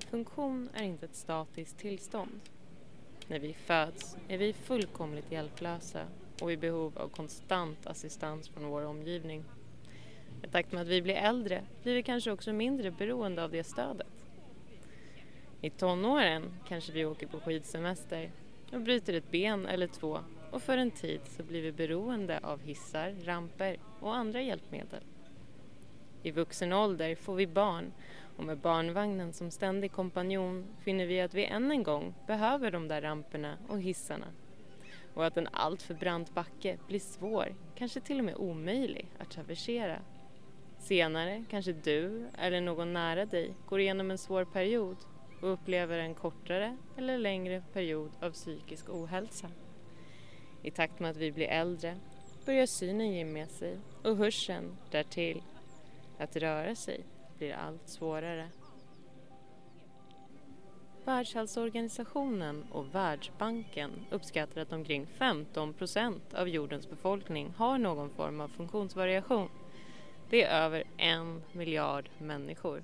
Funktion är inte ett statiskt tillstånd. När vi föds är vi fullkomligt hjälplösa och i behov av konstant assistans från vår omgivning. I takt med att vi blir äldre blir vi kanske också mindre beroende av det stödet. I tonåren kanske vi åker på skidsemester och bryter ett ben eller två, och för en tid så blir vi beroende av hissar, ramper och andra hjälpmedel. I vuxen ålder får vi barn, och med barnvagnen som ständig kompanjon finner vi att vi än en gång behöver de där ramperna och hissarna. Och att en alltför brant backe blir svår, kanske till och med omöjlig att traversera. Senare kanske du eller någon nära dig går igenom en svår period och upplever en kortare eller längre period av psykisk ohälsa. I takt med att vi blir äldre börjar synen ge med sig och hörseln därtill. Att röra sig blir allt svårare. Världshälsoorganisationen och Världsbanken uppskattar att omkring 15% av jordens befolkning har någon form av funktionsvariation. Det är över 1 miljard människor.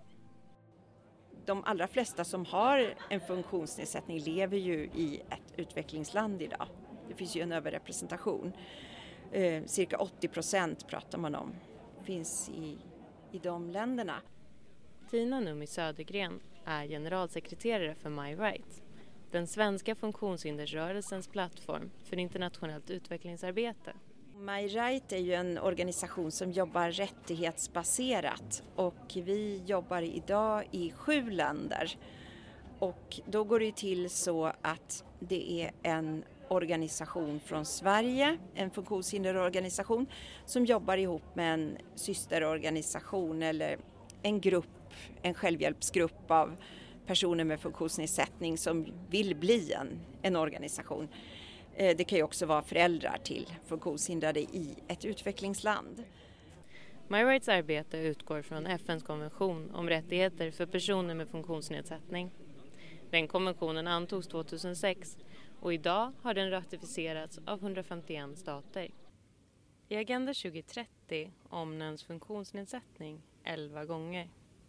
De allra flesta som har en funktionsnedsättning lever ju i ett utvecklingsland idag. Det finns ju en överrepresentation. Cirka 80% pratar man om finns i de länderna. Tina Nummi Södergren är generalsekreterare för My Right, den svenska funktionshindersrörelsens plattform för internationellt utvecklingsarbete. My Right är ju en organisation som jobbar rättighetsbaserat, och vi jobbar idag i 7 länder. Och då går det till så att det är en organisation från Sverige, en funktionshinderorganisation som jobbar ihop med en systerorganisation eller en grupp, en självhjälpsgrupp av personer med funktionsnedsättning som vill bli en organisation. Det kan ju också vara föräldrar till funktionshindrade i ett utvecklingsland. My Rights arbete utgår från FN:s konvention om rättigheter för personer med funktionsnedsättning. Den konventionen antogs 2006 och idag har den ratificerats av 151 stater. I Agenda 2030 omnämns funktionsnedsättning 11 gånger.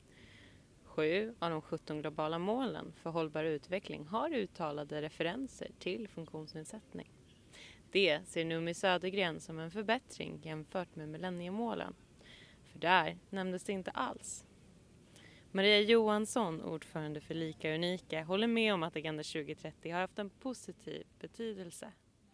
7 av de 17 globala målen för hållbar utveckling har uttalade referenser till funktionsnedsättning. Det ser Nummi Södergren som en förbättring jämfört med millenniemålen. För där nämndes det inte alls. Maria Johansson, ordförande för Lika Unika, håller med om att Agenda 2030 har haft en positiv betydelse.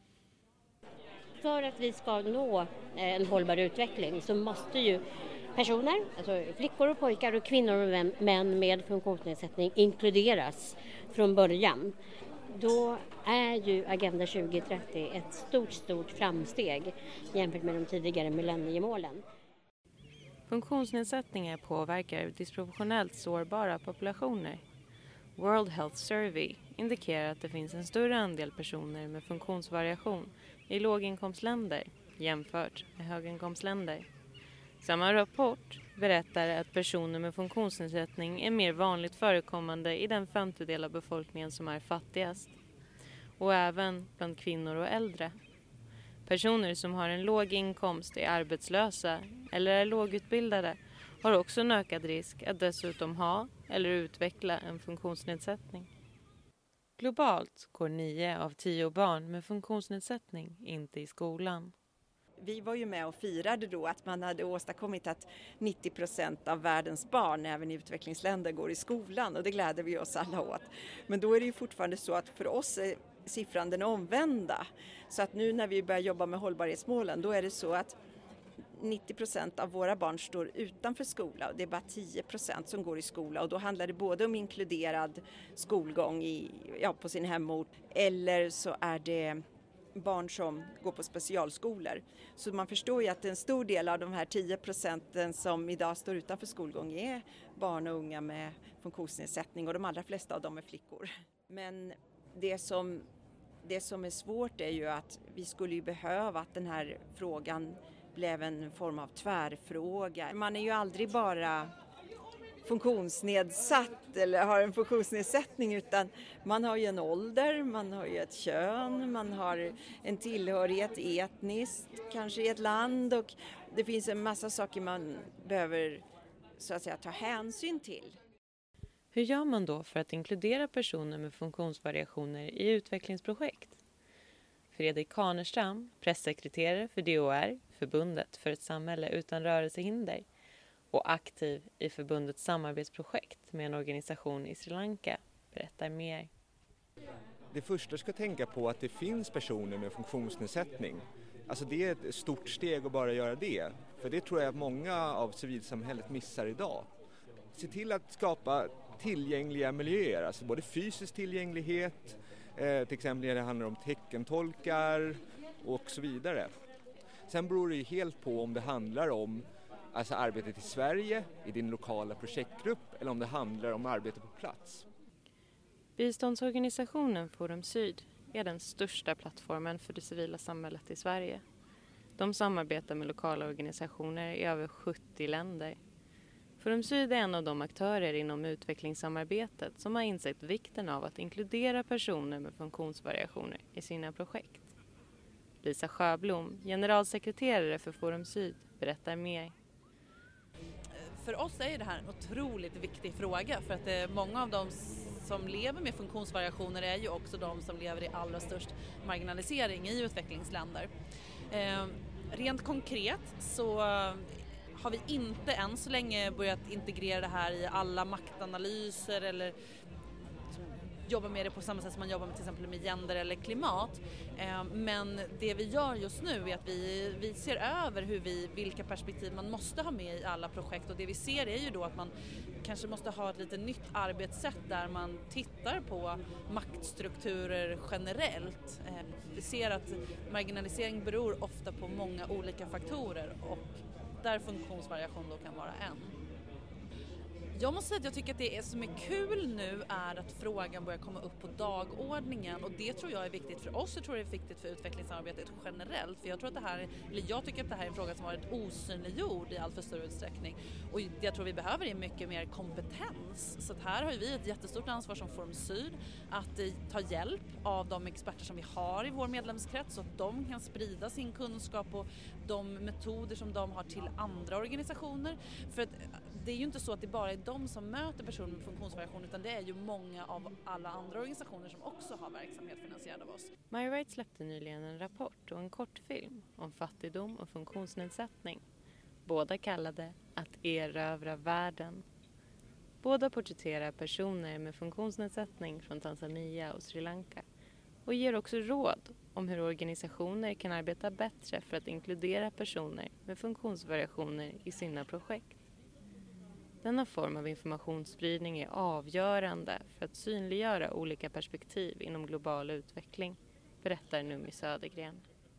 För att vi ska nå en hållbar utveckling så måste ju personer, alltså flickor och pojkar och kvinnor och män med funktionsnedsättning inkluderas från början. Då är ju Agenda 2030 ett stort framsteg jämfört med de tidigare millenniemålen. Funktionsnedsättningar påverkar disproportionellt sårbara populationer. World Health Survey indikerar att det finns en större andel personer med funktionsvariation i låginkomstländer jämfört med höginkomstländer. Samma rapport berättar att personer med funktionsnedsättning är mer vanligt förekommande i den 50% av befolkningen som är fattigast, och även bland kvinnor och äldre. Personer som har en låg inkomst, är arbetslösa eller är lågutbildade har också en ökad risk att dessutom ha eller utveckla en funktionsnedsättning. Globalt går 9 av 10 barn med funktionsnedsättning inte i skolan. Vi var ju med och firade då att man hade åstadkommit att 90% av världens barn, även i utvecklingsländer, går i skolan, och det gläder vi oss alla åt. Men då är det ju fortfarande så att för oss är siffran den omvända. Så att nu när vi börjar jobba med hållbarhetsmålen, då är det så att 90% av våra barn står utanför skola, och det är bara 10% som går i skola, och då handlar det både om inkluderad skolgång på sin hemort, eller så är det barn som går på specialskolor. Så man förstår ju att en stor del av de här 10% som idag står utanför skolgång är barn och unga med funktionsnedsättning, och de allra flesta av dem är flickor. Men det som är svårt är ju att vi skulle ju behöva att den här frågan blev en form av tvärfråga. Man är ju aldrig bara funktionsnedsatt eller har en funktionsnedsättning, utan man har ju en ålder, man har ju ett kön, man har en tillhörighet etniskt, kanske i ett land, och det finns en massa saker man behöver så att säga ta hänsyn till. Hur gör man då för att inkludera personer med funktionsvariationer i utvecklingsprojekt? Fredrik Kanerstam, pressekreterare för DHR, Förbundet för ett samhälle utan rörelsehinder, och aktiv i förbundets samarbetsprojekt med en organisation i Sri Lanka, berättar mer. Det första ska tänka på att det finns personer med funktionsnedsättning. Alltså det är ett stort steg att bara göra det. För det tror jag att många av civilsamhället missar idag. Se till att skapa tillgängliga miljöer, alltså både fysisk tillgänglighet, till exempel när det handlar om teckentolkar och så vidare. Sen beror det ju helt på om det handlar om alltså arbetet i Sverige, i din lokala projektgrupp, eller om det handlar om arbete på plats. Biståndsorganisationen Forum Syd är den största plattformen för det civila samhället i Sverige. De samarbetar med lokala organisationer i över 70 länder. Forum Syd är en av de aktörer inom utvecklingssamarbetet som har insett vikten av att inkludera personer med funktionsvariationer i sina projekt. Lisa Sjöblom, generalsekreterare för Forum Syd, berättar mer. För oss är det här en otroligt viktig fråga för att många av de som lever med funktionsvariationer är ju också de som lever i allra störst marginalisering i utvecklingsländer. Rent konkret så har vi inte än så länge börjat integrera det här i alla maktanalyser eller jobba med det på samma sätt som man jobbar med till exempel med gender eller klimat. Men det vi gör just nu är att vi ser över vilka perspektiv man måste ha med i alla projekt, och det vi ser är ju då att man kanske måste ha ett lite nytt arbetssätt där man tittar på maktstrukturer generellt. Vi ser att marginalisering beror ofta på många olika faktorer och där funktionsvariation då kan vara en. Jag måste säga att jag tycker att det som är kul nu är att frågan börjar komma upp på dagordningen, och det tror jag är viktigt för oss. Jag tror det är viktigt för utvecklingssamarbetet generellt, för jag tycker att det här är en fråga som har varit osynliggjord i allt för stor utsträckning, och jag tror vi behöver är mycket mer kompetens. Så att här har vi ett jättestort ansvar som Forum Syd att ta hjälp av de experter som vi har i vår medlemskrets så att de kan sprida sin kunskap och de metoder som de har till andra organisationer. För att det är ju inte så att det bara är de som möter personer med funktionsvariation, utan det är ju många av alla andra organisationer som också har verksamhet finansierad av oss. MyRight släppte nyligen en rapport och en kortfilm om fattigdom och funktionsnedsättning. Båda kallade Att erövra världen. Båda porträtterar personer med funktionsnedsättning från Tanzania och Sri Lanka och ger också råd om hur organisationer kan arbeta bättre för att inkludera personer med funktionsvariationer i sina projekt. Denna form av informationsspridning är avgörande för att synliggöra olika perspektiv inom global utveckling, berättar Numi Södergren.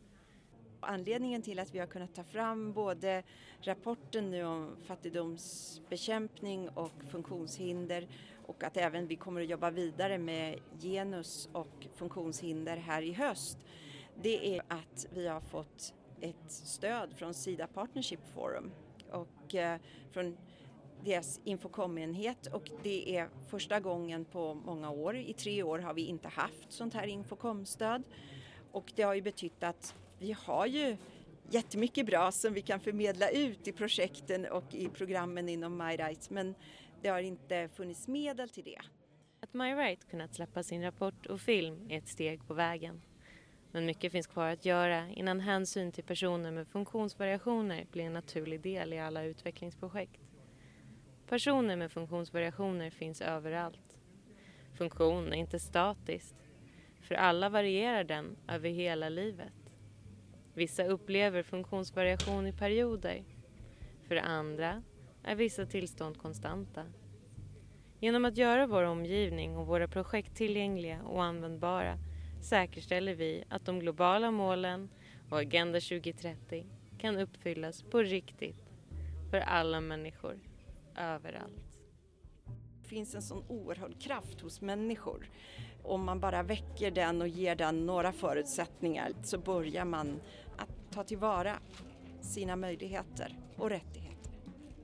Anledningen till att vi har kunnat ta fram både rapporten nu om fattigdomsbekämpning och funktionshinder, och att även vi kommer att jobba vidare med genus och funktionshinder här i höst, det är att vi har fått ett stöd från Sida Partnership Forum och från deras Infocom-enhet, och det är första gången på många år. I 3 år har vi inte haft sånt här Infocom-stöd, och det har ju betytt att vi har ju jättemycket bra som vi kan förmedla ut i projekten och i programmen inom MyRight, men det har inte funnits medel till det. Att MyRight kunnat släppa sin rapport och film är ett steg på vägen. Men mycket finns kvar att göra innan hänsyn till personer med funktionsvariationer blir en naturlig del i alla utvecklingsprojekt. Personer med funktionsvariationer finns överallt. Funktion är inte statiskt. För alla varierar den över hela livet. Vissa upplever funktionsvariation i perioder. För andra är vissa tillstånd konstanta. Genom att göra vår omgivning och våra projekt tillgängliga och användbara säkerställer vi att de globala målen och Agenda 2030 kan uppfyllas på riktigt för alla människor överallt. Det finns en sån oerhörd kraft hos människor. Om man bara väcker den och ger den några förutsättningar så börjar man att ta tillvara sina möjligheter och rättigheter.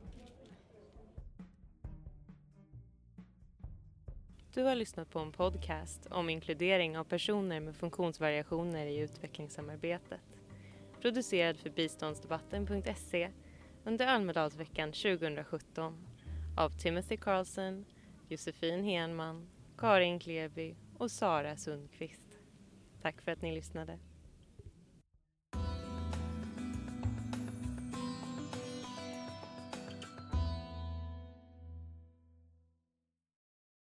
Du har lyssnat på en podcast om inkludering av personer med funktionsvariationer i utvecklingssamarbetet. Producerad för biståndsdebatten.se under Almedalsveckan 2017 av Timothy Carlson, Josefin Henman, Karin Kleby och Sara Sundqvist. Tack för att ni lyssnade.